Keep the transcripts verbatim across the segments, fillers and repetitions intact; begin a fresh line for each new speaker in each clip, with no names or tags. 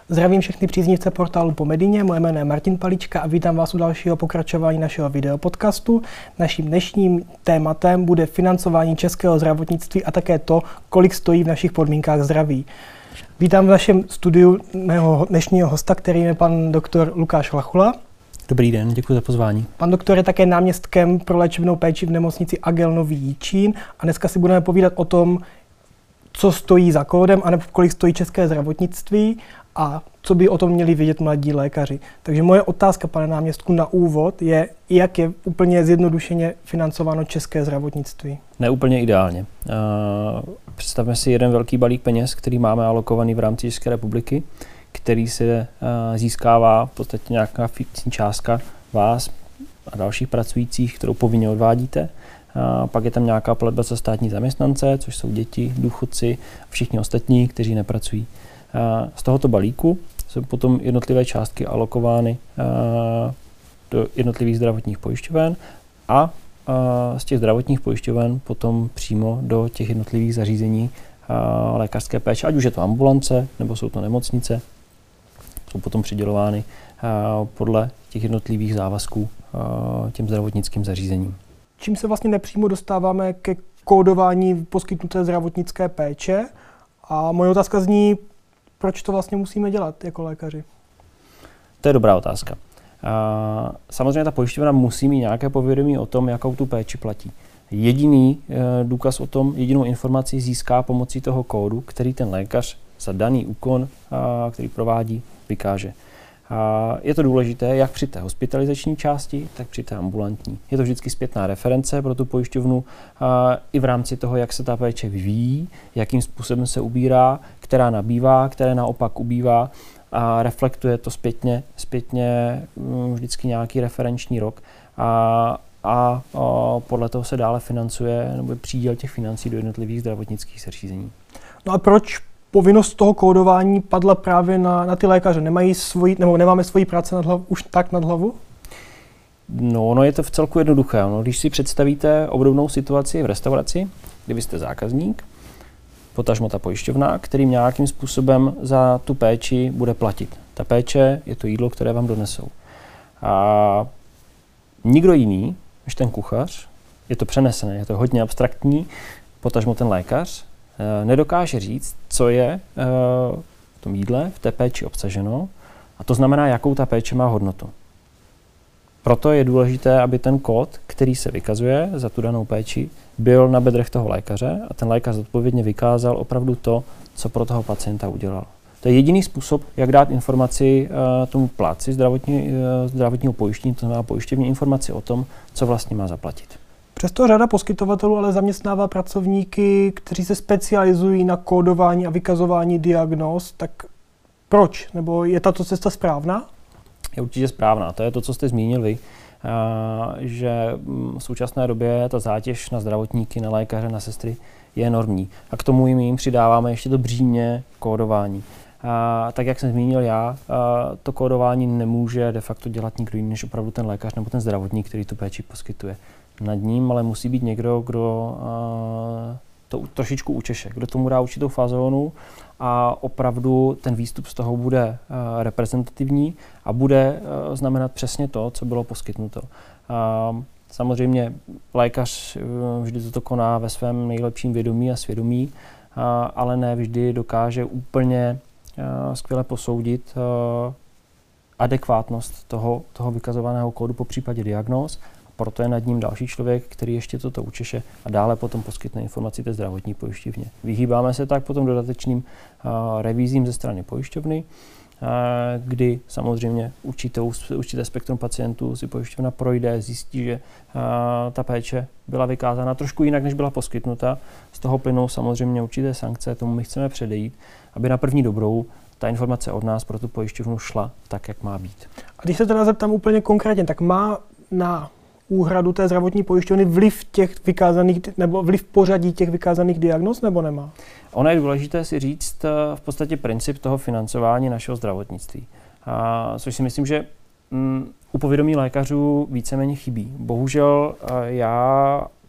Zdravím všechny příznivce portálu Po Medině, moje jméno je Martin Palička a vítám vás u dalšího pokračování našeho videopodcastu. Naším dnešním tématem bude financování českého zdravotnictví a také to, kolik stojí v našich podmínkách zdraví. Vítám v našem studiu mého dnešního hosta, kterým je pan doktor Lukáš Lachula.
Dobrý den, děkuji za pozvání.
Pan doktor je také náměstkem pro léčebnou péči v nemocnici Agel Nový Jičín a dneska si budeme povídat o tom, co stojí za kódem, anebo kolik stojí české zdravotnictví a co by o tom měli vědět mladí lékaři. Takže moje otázka, pane náměstku, na úvod je, jak je úplně zjednodušeně financováno české zdravotnictví.
Neúplně ideálně. Představme si jeden velký balík peněz, který máme alokovaný v rámci České republiky, který se získává v podstatě nějaká fixní částka vás a dalších pracujících, kterou povinně odvádíte. A pak je tam nějaká platba za státní zaměstnance, což jsou děti, důchodci a všichni ostatní, kteří nepracují. A z tohoto balíku jsou potom jednotlivé částky alokovány do jednotlivých zdravotních pojišťoven a z těch zdravotních pojišťoven potom přímo do těch jednotlivých zařízení lékařské péče, ať už je to ambulance nebo jsou to nemocnice, jsou potom přidělovány podle těch jednotlivých závazků těm zdravotnickým zařízením.
Čím se vlastně nepřímo dostáváme ke kódování poskytnuté zdravotnické péče. A moje otázka zní, proč to vlastně musíme dělat jako lékaři?
To je dobrá otázka. Samozřejmě ta pojišťovna musí mít nějaké povědomí o tom, jakou tu péči platí. Jediný důkaz o tom, jedinou informaci získá pomocí toho kódu, který ten lékař za daný úkon, který provádí, vykáže. Je to důležité jak při té hospitalizační části, tak při té ambulantní. Je to vždycky zpětná reference pro tu pojišťovnu i v rámci toho, jak se ta péče vyvíjí, jakým způsobem se ubírá, která nabývá, které naopak ubývá a reflektuje to zpětně, zpětně vždycky nějaký referenční rok a, a, a podle toho se dále financuje nebo příděl těch financí do jednotlivých zdravotnických zařízení.
No a proč povinnost toho kódování padla právě na, na ty lékaře? Nemají svoji, nebo nemáme svoji práci nad hlavu, už tak nad hlavu?
No, no je to v celku jednoduché. No, když si představíte obdobnou situaci v restauraci, kdy vy jste zákazník, potažmo ta pojišťovna, kterým nějakým způsobem za tu péči bude platit. Ta péče je to jídlo, které vám donesou. A nikdo jiný, než ten kuchař, je to přenesené, je to hodně abstraktní, potažmo ten lékař, nedokáže říct, co je v tom jídle, v té péči obsaženo, a to znamená, jakou ta péče má hodnotu. Proto je důležité, aby ten kód, který se vykazuje za tu danou péči, byl na bedrech toho lékaře a ten lékař zodpovědně vykázal opravdu to, co pro toho pacienta udělal. To je jediný způsob, jak dát informaci tomu plátci zdravotní, zdravotního pojištění, to znamená pojišťovní informaci o tom, co vlastně má zaplatit.
Přesto řada poskytovatelů ale zaměstnává pracovníky, kteří se specializují na kódování a vykazování diagnóz. Tak proč? Nebo je tato cesta správná?
Je určitě správná. To je to, co jste zmínil vy, že v současné době ta zátěž na zdravotníky, na lékaře, na sestry je enormní. A k tomu jim přidáváme ještě to břímě kódování. A tak, jak jsem zmínil já, to kódování nemůže de facto dělat nikdo jiný než opravdu ten lékař nebo ten zdravotník, který tu péči poskytuje. Nad ním ale musí být někdo, kdo uh, to trošičku učeše, kdo tomu dá určitou fazónu a opravdu ten výstup z toho bude uh, reprezentativní a bude uh, znamenat přesně to, co bylo poskytnuto. Uh, samozřejmě lékař uh, vždy toto koná ve svém nejlepším vědomí a svědomí, uh, ale ne vždy dokáže úplně uh, skvěle posoudit uh, adekvátnost toho, toho vykazovaného kódu po případě diagnóz. Proto je nad ním další člověk, který ještě toto učeše a dále potom poskytne informaci té zdravotní pojišťovně. Vyhýbáme se tak potom dodatečným uh, revizím ze strany pojišťovny, uh, kdy samozřejmě určitou, určité spektrum pacientů si pojišťovna projde, zjistí, že uh, ta péče byla vykázána trošku jinak, než byla poskytnuta. Z toho plynou samozřejmě určité sankce, tomu my chceme předejít, aby na první dobrou ta informace od nás pro tu pojišťovnu šla tak, jak má být.
A když se teda zeptám úplně konkrétně, tak má na úhradu té zdravotní pojišťovny vliv těch vykázaných, nebo vliv pořadí těch vykázaných diagnóz, nebo nemá?
Ono je důležité si říct v podstatě princip toho financování našeho zdravotnictví. A, což si myslím, že mm, u povědomí lékařů víceméně chybí. Bohužel já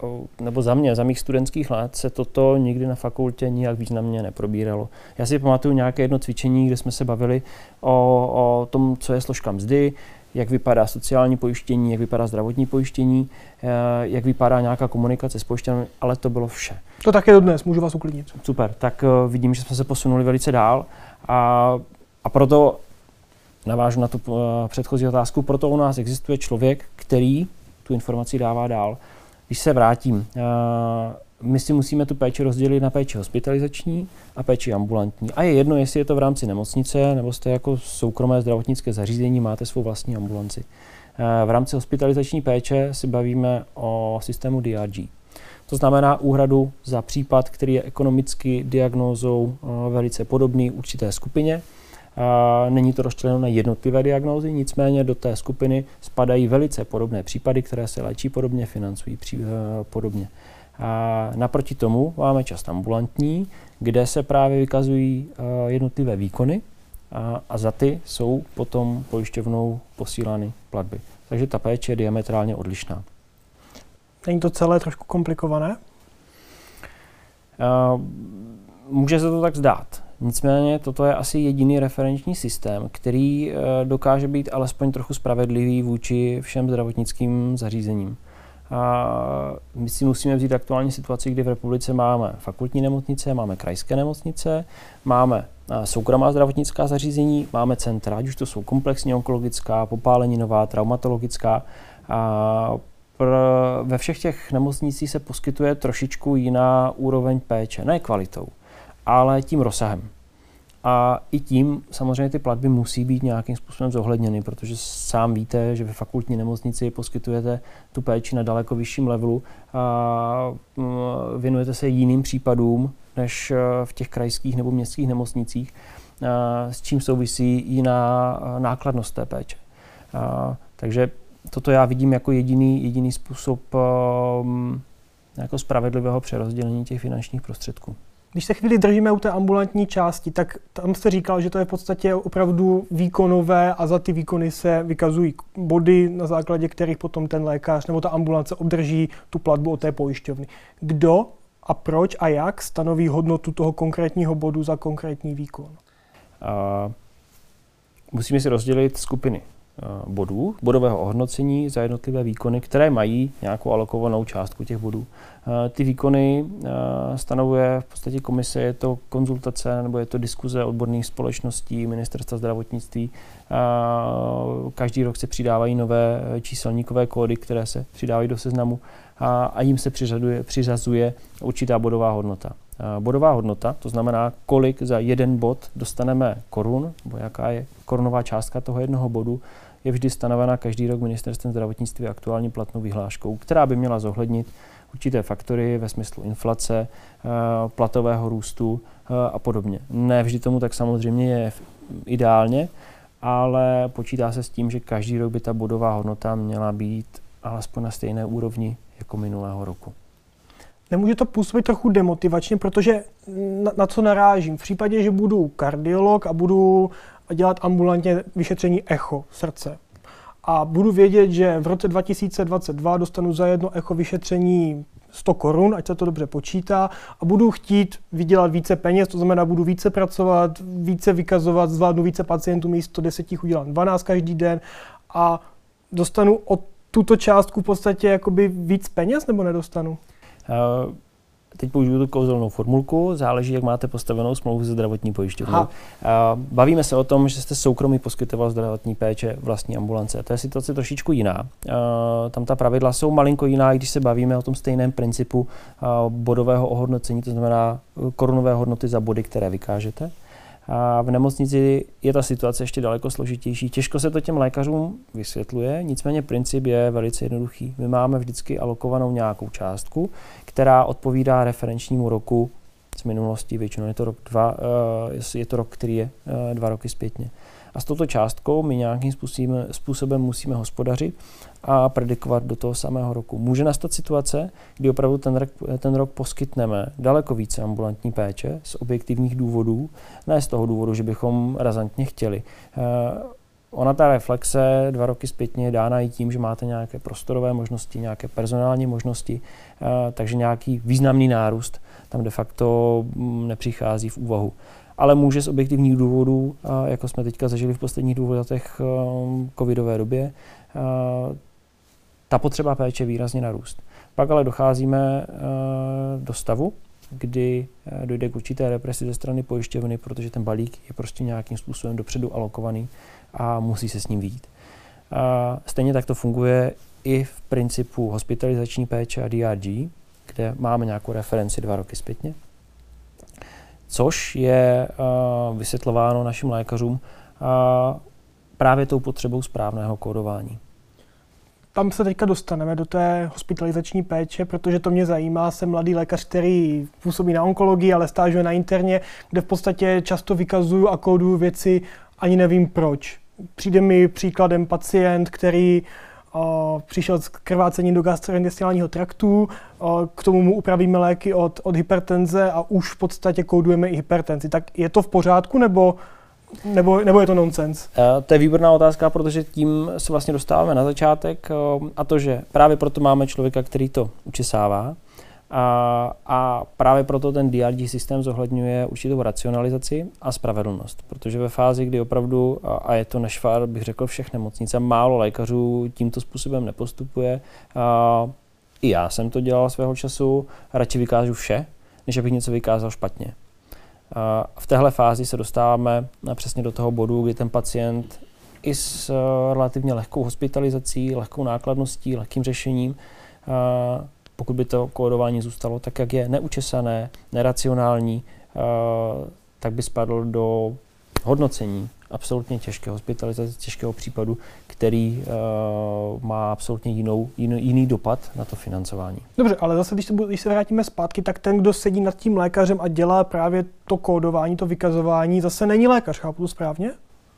nebo za mě, za mých studentských let se toto nikdy na fakultě nijak významně neprobíralo. Já si pamatuju nějaké jedno cvičení, kde jsme se bavili o, o tom, co je složka mzdy, jak vypadá sociální pojištění, jak vypadá zdravotní pojištění, jak vypadá nějaká komunikace s pojišťovnami, ale to bylo vše.
To také dodnes, můžu vás uklidnit.
Super, tak vidím, že jsme se posunuli velice dál a, a proto navážu na tu předchozí otázku, proto u nás existuje člověk, který tu informaci dává dál. Když se vrátím, my si musíme tu péči rozdělit na péči hospitalizační a péči ambulantní. A je jedno, jestli je to v rámci nemocnice, nebo jste jako soukromé zdravotnické zařízení, máte svou vlastní ambulanci. V rámci hospitalizační péče si bavíme o systému D R G. To znamená úhradu za případ, který je ekonomicky diagnózou velice podobný určité skupině. Není to rozděleno na jednotlivé diagnózy, nicméně do té skupiny spadají velice podobné případy, které se léčí podobně, financují podobně. A naproti tomu máme část ambulantní, kde se právě vykazují jednotlivé výkony a, a za ty jsou potom pojišťovnou posílány platby. Takže ta péče je diametrálně odlišná.
Není to celé trošku komplikované?
Může se to tak zdát. Nicméně toto je asi jediný referenční systém, který dokáže být alespoň trochu spravedlivý vůči všem zdravotnickým zařízením. A my si musíme vzít aktuální situaci, kdy v republice máme fakultní nemocnice, máme krajské nemocnice, máme soukromá zdravotnická zařízení, máme centra, ať už to jsou komplexní onkologická, popáleninová, traumatologická. A ve všech těch nemocnicích se poskytuje trošičku jiná úroveň péče, ne kvalitou, ale tím rozsahem. A i tím samozřejmě ty platby musí být nějakým způsobem zohledněny, protože sám víte, že ve fakultní nemocnici poskytujete tu péči na daleko vyšším levelu a věnujete se jiným případům než v těch krajských nebo městských nemocnicích, s čím souvisí jiná nákladnost té péče. Takže toto já vidím jako jediný, jediný způsob jako spravedlivého přerozdělení těch finančních prostředků.
Když se chvíli držíme u té ambulantní části, tak tam jste říkal, že to je v podstatě opravdu výkonové a za ty výkony se vykazují body, na základě kterých potom ten lékař nebo ta ambulance obdrží tu platbu od té pojišťovny. Kdo a proč a jak stanoví hodnotu toho konkrétního bodu za konkrétní výkon?
Uh, musíme si rozdělit skupiny bodů, bodového ohodnocení za jednotlivé výkony, které mají nějakou alokovanou částku těch bodů. Ty výkony stanovuje v podstatě komise, je to konzultace nebo je to diskuze odborných společností, ministerstva zdravotnictví. Každý rok se přidávají nové číselníkové kódy, které se přidávají do seznamu a jim se přiřazuje, přiřazuje určitá bodová hodnota. Bodová hodnota, to znamená, kolik za jeden bod dostaneme korun, nebo jaká je korunová částka toho jednoho bodu, je vždy stanovena každý rok ministerstvem zdravotnictví aktuální platnou vyhláškou, která by měla zohlednit určité faktory ve smyslu inflace, platového růstu a podobně. Ne vždy tomu tak samozřejmě je ideálně, ale počítá se s tím, že každý rok by ta bodová hodnota měla být alespoň na stejné úrovni jako minulého roku.
Nemůže to působit trochu demotivačně, protože na, na co narážím? V případě, že budu kardiolog a budu dělat ambulantně vyšetření echo srdce a budu vědět, že v roce dva tisíce dvacet dva dostanu za jedno echo vyšetření sto korun, ať se to dobře počítá, a budu chtít vydělat více peněz, to znamená, budu více pracovat, více vykazovat, zvládnu více pacientů, místo deseti udělám dvanáct každý den a dostanu od tuto částku v podstatě jakoby víc peněz, nebo nedostanu?
Uh, teď použiju tu kouzelnou formulku, záleží, jak máte postavenou smlouvu se zdravotní pojišťovnou. Uh, bavíme se o tom, že jste soukromý poskytoval zdravotní péče vlastní ambulance. To je situace trošičku jiná. Uh, tam ta pravidla jsou malinko jiná, když se bavíme o tom stejném principu uh, bodového ohodnocení, to znamená korunové hodnoty za body, které vykážete. A v nemocnici je ta situace ještě daleko složitější. Těžko se to těm lékařům vysvětluje, nicméně princip je velice jednoduchý. My máme vždycky alokovanou nějakou částku, která odpovídá referenčnímu roku z minulosti, většinou je to rok dva, je to rok, který je dva roky zpětně. A s touto částkou my nějakým způsobem, způsobem musíme hospodařit a predikovat do toho samého roku. Může nastat situace, kdy opravdu ten rok, ten rok poskytneme daleko více ambulantní péče z objektivních důvodů, ne z toho důvodu, že bychom razantně chtěli. ona ta reflexe dva roky zpětně je dána i tím, že máte nějaké prostorové možnosti, nějaké personální možnosti, takže nějaký významný nárůst tam de facto nepřichází v úvahu. Ale může z objektivních důvodů, jako jsme teďka zažili v posledních letech covidové době, ta potřeba péče výrazně narůst. Pak ale docházíme do stavu, kdy dojde k určité represi ze strany pojišťovny, protože ten balík je prostě nějakým způsobem dopředu alokovaný a musí se s ním vyjít. Stejně tak to funguje i v principu hospitalizační péče a D R G, kde máme nějakou referenci dva roky zpětně, což je uh, vysvětlováno našim lékařům uh, právě tou potřebou správného kódování.
Tam se teďka dostaneme do té hospitalizační péče, protože to mě zajímá. Jsem mladý lékař, který působí na onkologii, ale stážuje na interně, kde v podstatě často vykazuju a kóduju věci, ani nevím proč. Přijde mi příkladem pacient, který Uh, přišel s krvácením do gastrointestinálního traktu, uh, k tomu mu upravíme léky od, od hypertenze a už v podstatě kódujeme i hypertenzi. Tak je to v pořádku nebo, nebo, nebo je to nonsens? Uh,
to je výborná otázka, protože tím se vlastně dostáváme na začátek uh, a to, že právě proto máme člověka, který to učesává a, a právě proto ten D R G systém zohledňuje určitou racionalizaci a spravedlnost, protože ve fázi, kdy opravdu, a, a je to nešvar, bych řekl, všech nemocnic, málo lékařů tímto způsobem nepostupuje. A, I já jsem to dělal svého času, radši vykážu vše, než abych něco vykázal špatně. A v téhle fázi se dostáváme přesně do toho bodu, kdy ten pacient i s relativně lehkou hospitalizací, lehkou nákladností, lehkým řešením, a, pokud by to kódování zůstalo tak, jak je, neučesané, neracionální, tak by spadl do hodnocení absolutně těžké hospitalizace, těžkého případu, který má absolutně jinou, jiný, jiný dopad na to financování.
Dobře, ale zase, když se, když se vrátíme zpátky, tak ten, kdo sedí nad tím lékařem a dělá právě to kódování, to vykazování, zase není lékař, chápu to správně?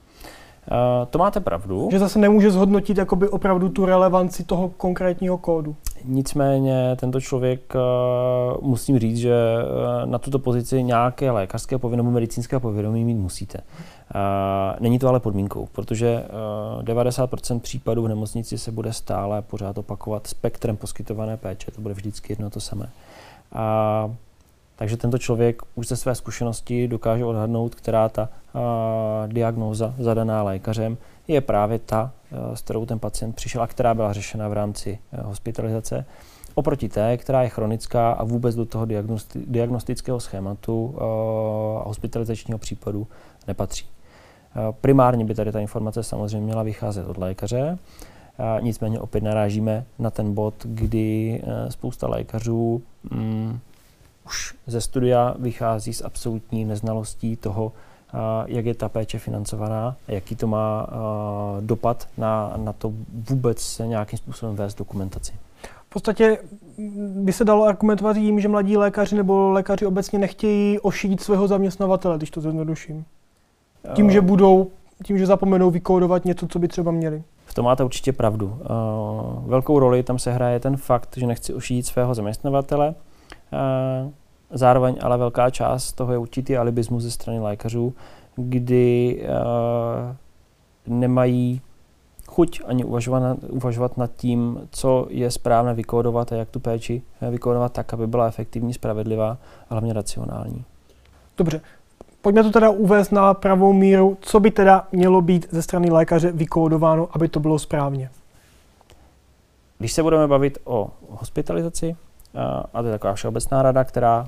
Uh, to máte pravdu.
Že zase nemůže zhodnotit jakoby opravdu tu relevanci toho konkrétního kódu.
Nicméně tento člověk, uh, musím říct, že uh, na tuto pozici nějaké lékařské povědomí, medicínské povědomí mít musíte. Uh, není to ale podmínkou, protože uh, devadesát procent případů v nemocnici se bude stále pořád opakovat spektrem poskytované péče, to bude vždycky jedno to samé. Uh, Takže tento člověk už ze své zkušenosti dokáže odhadnout, která ta uh, diagnóza zadaná lékařem je právě ta, uh, s kterou ten pacient přišel a která byla řešena v rámci uh, hospitalizace, oproti té, která je chronická a vůbec do toho diagnosti- diagnostického schématu a uh, hospitalizačního případu nepatří. Uh, primárně by tady ta informace samozřejmě měla vycházet od lékaře, uh, nicméně opět narážíme na ten bod, kdy uh, spousta lékařů um, už ze studia vychází s absolutní neznalostí toho, jak je ta péče financovaná, jaký to má dopad na, na to vůbec se nějakým způsobem vést dokumentaci.
V podstatě by se dalo argumentovat tím, že mladí lékaři nebo lékaři obecně nechtějí ošidit svého zaměstnavatele, když to zjednoduším. Tím, že budou, tím, že zapomenou vykódovat něco, co by třeba měli.
V tom máte určitě pravdu. Velkou roli tam se hraje ten fakt, že nechci ošidit svého zaměstnavatele. Zároveň ale velká část toho je určitý alibismus ze strany lékařů, kdy uh, nemají chuť ani uvažovat, uvažovat nad tím, co je správné vykódovat a jak tu péči vykódovat tak, aby byla efektivní, spravedlivá a hlavně racionální.
Dobře, pojďme to teda uvést na pravou míru. Co by teda mělo být ze strany lékaře vykódováno, aby to bylo správně?
Když se budeme bavit o hospitalizaci, a to je taková všeobecná rada, která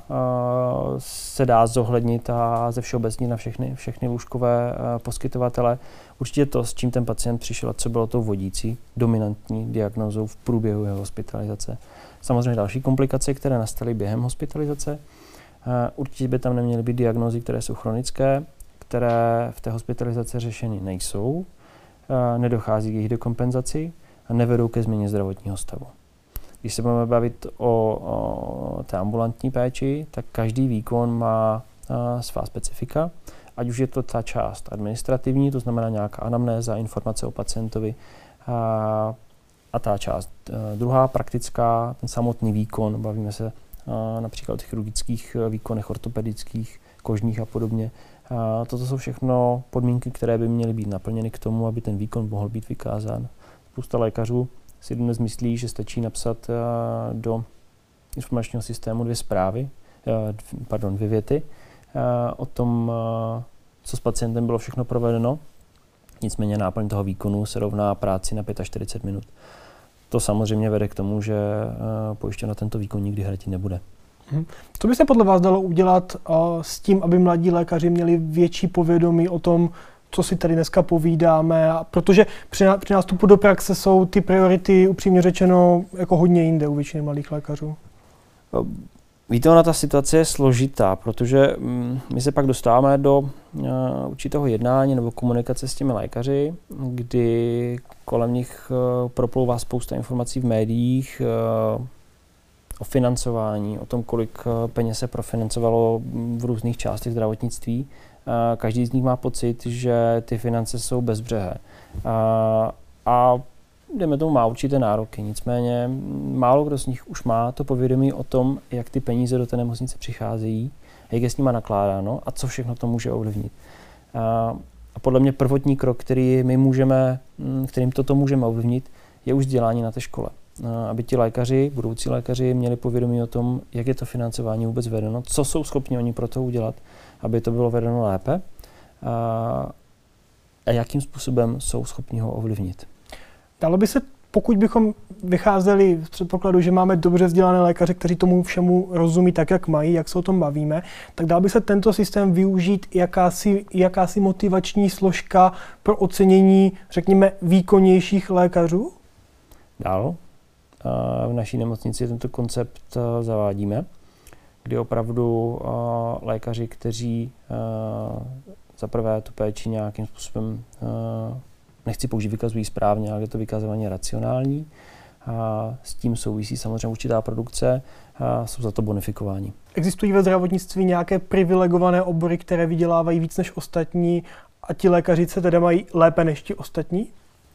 se dá zohlednit a ze všeobecnit na všechny, všechny lůžkové poskytovatele. Určitě to, s čím ten pacient přišel a co bylo tou vodící dominantní diagnózou v průběhu jeho hospitalizace. Samozřejmě další komplikace, které nastaly během hospitalizace. Určitě by tam neměly být diagnózy, které jsou chronické, které v té hospitalizaci řešeny nejsou, nedochází k jejich dekompenzaci a nevedou ke změně zdravotního stavu. Když se budeme bavit o, o té ambulantní péči, tak každý výkon má a, svá specifika, ať už je to ta část administrativní, to znamená nějaká anamnéza, informace o pacientovi, a, a ta část a, druhá, praktická, ten samotný výkon, bavíme se například v chirurgických výkonech, ortopedických, kožních a podobně. A toto jsou všechno podmínky, které by měly být naplněny k tomu, aby ten výkon mohl být vykázán. Spousta lékařů si dnes myslí, že stačí napsat do informačního systému dvě zprávy, pardon, dvě věty o tom, co s pacientem bylo všechno provedeno. Nicméně náplň toho výkonu se rovná práci na čtyřicet pět minut. To samozřejmě vede k tomu, že pojišťovna tento výkon nikdy hradit nebude.
Hmm. Co by se podle vás dalo udělat uh, s tím, aby mladí lékaři měli větší povědomí o tom, co si tady dneska povídáme, a protože při, při nástupu do praxe jsou ty priority upřímně řečeno jako hodně jinde u většiny mladých lékařů?
Víte, ona ta situace je složitá, protože my se pak dostáváme do uh, určitého jednání nebo komunikace s těmi lékaři, kdy kolem nich uh, proplouvá spousta informací v médiích uh, o financování, o tom, kolik uh, peněz se profinancovalo v různých částech zdravotnictví. Uh, každý z nich má pocit, že ty finance jsou bezbřehé. Uh, a dejme tomu, má určité nároky, nicméně málo kdo z nich už má to povědomí o tom, jak ty peníze do té nemocnice přicházejí, jak je s nima nakládáno a co všechno to může ovlivnit. A podle mě prvotní krok, který my můžeme, kterým toto můžeme ovlivnit, je už vzdělání na té škole. Aby ti lékaři, budoucí lékaři, měli povědomí o tom, jak je to financování vůbec vedeno, co jsou schopni oni pro to udělat, aby to bylo vedeno lépe a jakým způsobem jsou schopni ho ovlivnit.
Dalo by se, pokud bychom vycházeli z předpokladu, že máme dobře vzdělané lékaře, kteří tomu všemu rozumí tak, jak mají, jak se o tom bavíme, tak dal by se tento systém využít jakási, jakási motivační složka pro ocenění, řekněme, výkonnějších lékařů?
Dál. V naší nemocnici tento koncept zavádíme, kdy opravdu lékaři, kteří za prvé tu péči nějakým způsobem nechci použít vykazují správně, ale je to vykazování racionální. A s tím souvisí samozřejmě určitá produkce a jsou za to bonifikováni.
Existují ve zdravotnictví nějaké privilegované obory, které vydělávají víc než ostatní a ti lékaři se teda mají lépe než ti ostatní?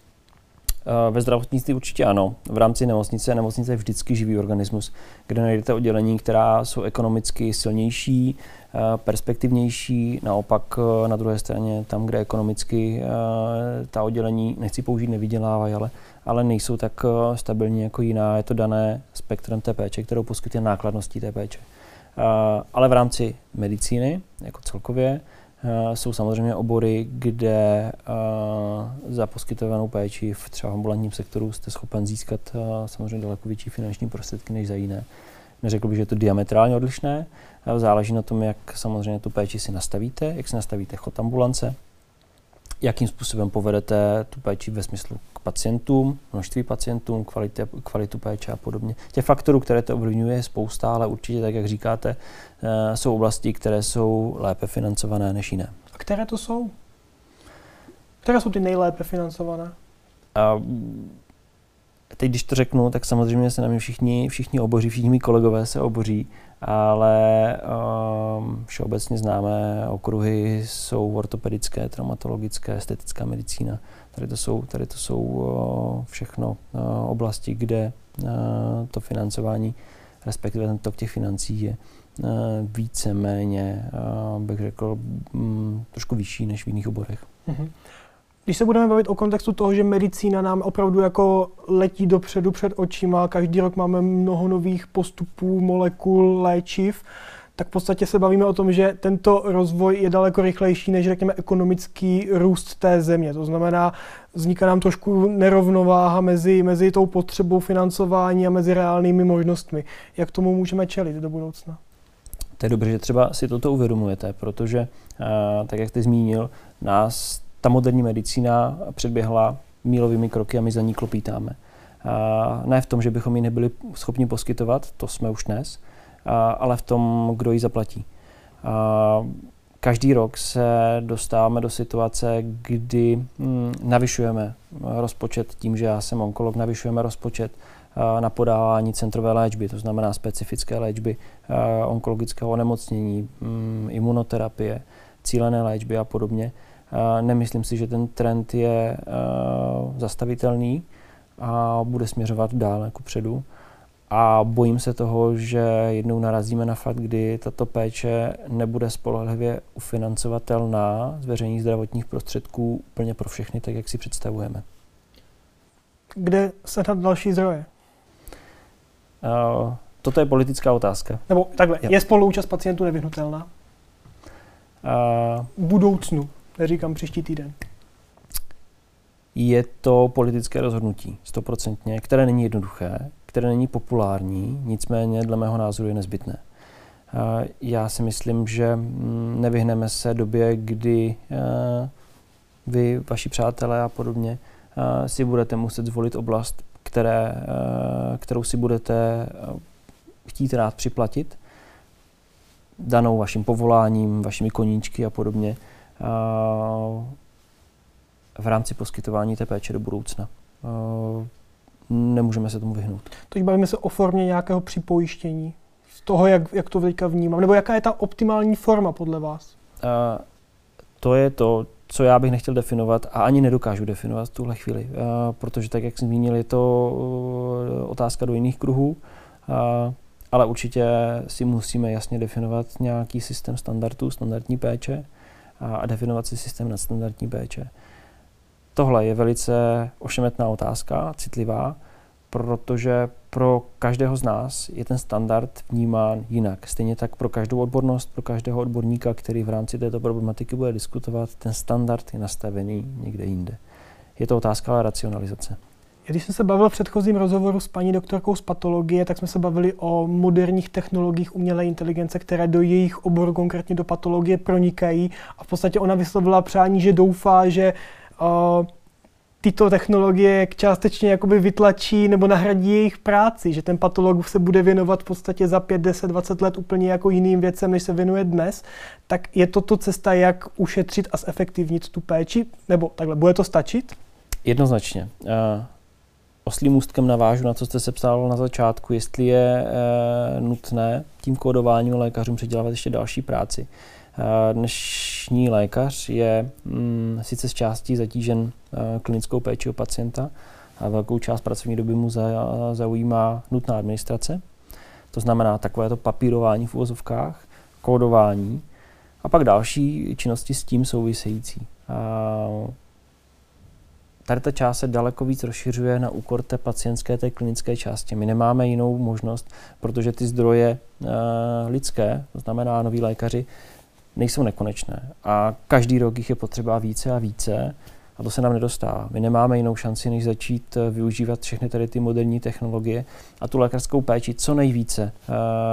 Ve zdravotnictví určitě ano. V rámci nemocnice, nemocnice je vždycky živý organismus, kde najdete oddělení, která jsou ekonomicky silnější, perspektivnější, naopak na druhé straně tam, kde ekonomicky ta oddělení, nechci použít nevydělávají, ale, ale nejsou tak stabilní jako jiná. Je to dané spektrem té péče, kterou poskytuje nákladností té péče. Ale v rámci medicíny, jako celkově, jsou samozřejmě obory, kde za poskytovanou péči v třeba ambulantním sektoru jste schopen získat samozřejmě daleko větší finanční prostředky než za jiné. Neřekl bych, že je to diametrálně odlišné, záleží na tom, jak samozřejmě tu péči si nastavíte, jak si nastavíte chod ambulance, jakým způsobem povedete tu péči ve smyslu k pacientům, množství pacientům, kvalitu, kvalitu péče a podobně. Těch faktorů, které to ovlivňuje, je spousta, ale určitě, tak jak říkáte, jsou oblasti, které jsou lépe financované než jiné.
A které to jsou? Které jsou ty nejlépe financované?
A teď, když to řeknu, tak samozřejmě se na mě všichni, všichni oboří, všichni mý kolegové se oboří, ale um, všeobecně známé okruhy jsou ortopedické, traumatologické, estetická medicína. Tady to jsou, tady to jsou uh, všechno uh, oblasti, kde uh, to financování, respektive ten tok těch financí je uh, víceméně, uh, bych řekl, um, trošku vyšší než v jiných oborech.
Mm-hmm. Když se budeme bavit o kontextu toho, že medicína nám opravdu jako letí dopředu před očima, každý rok máme mnoho nových postupů, molekul, léčiv, tak v podstatě se bavíme o tom, že tento rozvoj je daleko rychlejší než, řekněme, ekonomický růst té země. To znamená, vzniká nám trošku nerovnováha mezi, mezi tou potřebou financování a mezi reálnými možnostmi. Jak tomu můžeme čelit do budoucna?
To je dobře, že třeba si toto uvědomujete, protože, tak jak jste zmínil, nás ta moderní medicína předběhla mílovými kroky a my za ní klopítáme. A ne v tom, že bychom ji nebyli schopni poskytovat, to jsme už dnes, a, ale v tom, kdo ji zaplatí. A každý rok se dostáváme do situace, kdy hm, navyšujeme rozpočet tím, že já jsem onkolog, navyšujeme rozpočet a, na podávání centrové léčby, to znamená specifické léčby a, onkologického onemocnění, hm, imunoterapie, cílené léčby a podobně. Uh, nemyslím si, že ten trend je uh, zastavitelný a bude směřovat dále kupředu. A bojím se toho, že jednou narazíme na fakt, kdy tato péče nebude spolehlivě ufinancovatelná z veřejných zdravotních prostředků úplně pro všechny, tak jak si představujeme.
Kde sehnat další zdroje?
Uh, toto je politická otázka.
Nebo takhle,
jo.
Je spoluúčast pacientů nevyhnutelná? Uh, v budoucnu, neříkám příští týden.
Je to politické rozhodnutí, stoprocentně, které není jednoduché, které není populární, nicméně dle mého názoru je nezbytné. Já si myslím, že nevyhneme se době, kdy vy, vaši přátelé a podobně si budete muset zvolit oblast, které, kterou si budete chtít rád připlatit, danou vaším povoláním, vašimi koníčky a podobně, v rámci poskytování té péče do budoucna. Nemůžeme se tomu vyhnout.
Teď bavíme se o formě nějakého připojištění. Z toho, jak, jak to teďka vnímám. Nebo jaká je ta optimální forma podle vás?
Uh, to je to, co já bych nechtěl definovat a ani nedokážu definovat v tuhle chvíli. Uh, protože tak, jak jsem zmínil, je to uh, otázka do jiných kruhů. Uh, ale určitě si musíme jasně definovat nějaký systém standardů, standardní péče a, a definovat si systém nadstandardní péče. Tohle je velice ošemetná otázka, citlivá, protože pro každého z nás je ten standard vnímán jinak. Stejně tak pro každou odbornost, pro každého odborníka, který v rámci této problematiky bude diskutovat, ten standard je nastavený někde jinde. Je to otázka ale racionalizace.
Když jsem se bavil v předchozím rozhovoru s paní doktorkou z patologie, tak jsme se bavili o moderních technologiích umělé inteligence, které do jejich oboru, konkrétně do patologie, pronikají. A v podstatě ona vyslovila přání, že doufá, že uh, tyto technologie částečně jakoby vytlačí nebo nahradí jejich práci, že ten patolog se bude věnovat v podstatě za pět, deset, dvacet let úplně jako jiným věcem, než se věnuje dnes. Tak je toto cesta, jak ušetřit a zefektivnit tu péči? Nebo takhle, bude to stačit?
Jednoznačně. Uh... Oslím můstkem navážu na co jste se psal na začátku, jestli je e, nutné tím kódováním lékařům předělávat ještě další práci. E, dnešní lékař je mm, sice z částí zatížen e, klinickou péči o pacienta a velkou část pracovní doby mu za, zaujímá nutná administrace. To znamená takovéto papírování v uvozovkách, kódování a pak další činnosti s tím související. E, Tady ta část se daleko víc rozšiřuje na úkor té pacientské, té klinické části. My nemáme jinou možnost, protože ty zdroje e, lidské, to znamená noví lékaři, nejsou nekonečné. A každý rok jich je potřeba více a více a to se nám nedostává. My nemáme jinou šanci, než začít využívat všechny tady ty moderní technologie a tu lékařskou péči co nejvíce, e,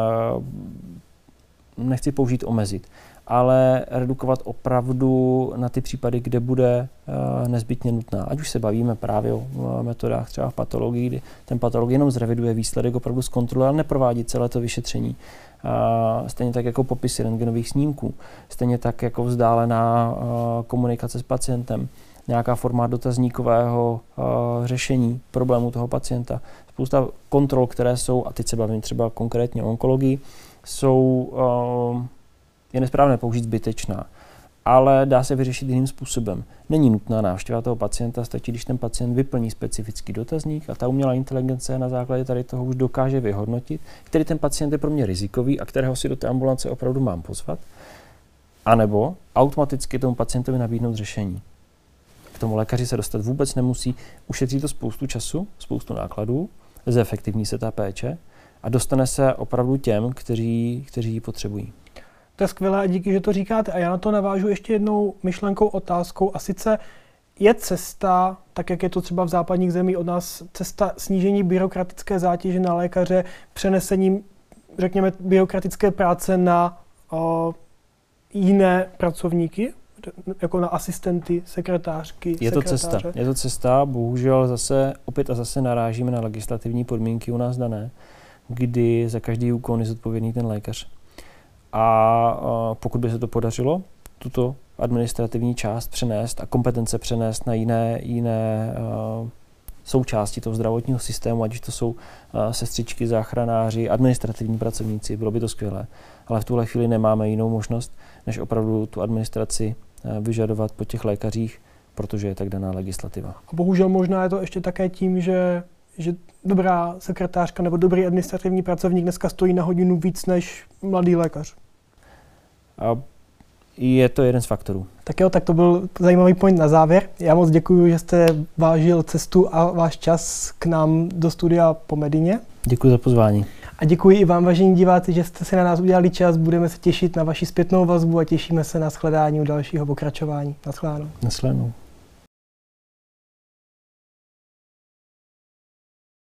nechci použít omezit, ale redukovat opravdu na ty případy, kde bude uh, nezbytně nutná. Ať už se bavíme právě o uh, metodách třeba v patologii, kdy ten patolog jenom zreviduje výsledek, opravdu zkontroluje, ale neprovádí celé to vyšetření. Uh, stejně tak jako popisy rentgenových snímků, stejně tak jako vzdálená uh, komunikace s pacientem, nějaká forma dotazníkového uh, řešení problému toho pacienta. Spousta kontrol, které jsou, a teď se bavím třeba konkrétně o onkologii, jsou uh, je nesprávné použít zbytečná, ale dá se vyřešit jiným způsobem. Není nutná návštěva toho pacienta, stačí, když ten pacient vyplní specifický dotazník a ta umělá inteligence na základě tady toho už dokáže vyhodnotit, který ten pacient je pro mě rizikový a kterého si do té ambulance opravdu mám pozvat, anebo automaticky tomu pacientovi nabídnout řešení. K tomu lékaři se dostat vůbec nemusí, ušetří to spoustu času, spoustu nákladů, zefektivní se ta péče a dostane se opravdu těm, kteří, kteří ji potřebují.
To je skvělé a díky, že to říkáte. A já na to navážu ještě jednou myšlenkou, otázkou. A sice je cesta, tak jak je to třeba v západních zemích od nás, cesta snížení byrokratické zátěže na lékaře, přenesením, řekněme, byrokratické práce na o, jiné pracovníky, jako na asistenty, sekretářky,
Je to
sekretáře.
cesta. Je to cesta, bohužel zase opět a zase narážíme na legislativní podmínky u nás dané, kdy za každý úkon je zodpovědný ten lékař. A pokud by se to podařilo, tuto administrativní část přenést a kompetence přenést na jiné, jiné uh, součásti toho zdravotního systému, ať to jsou uh, sestřičky, záchranáři, administrativní pracovníci, bylo by to skvělé. Ale v tuhle chvíli nemáme jinou možnost, než opravdu tu administraci uh, vyžadovat po těch lékařích, protože je tak daná legislativa.
A bohužel možná je to ještě také tím, že že dobrá sekretářka nebo dobrý administrativní pracovník dneska stojí na hodinu víc než mladý lékař?
A je to jeden z faktorů.
Tak jo, tak to byl zajímavý point na závěr. Já moc děkuji, že jste vážil cestu a váš čas k nám do studia po Medině.
Děkuji za pozvání.
A děkuji i vám, vážení diváci, že jste si na nás udělali čas. Budeme se těšit na vaši zpětnou vazbu a těšíme se na shledání u dalšího pokračování. Naschledanou.
Naschledanou.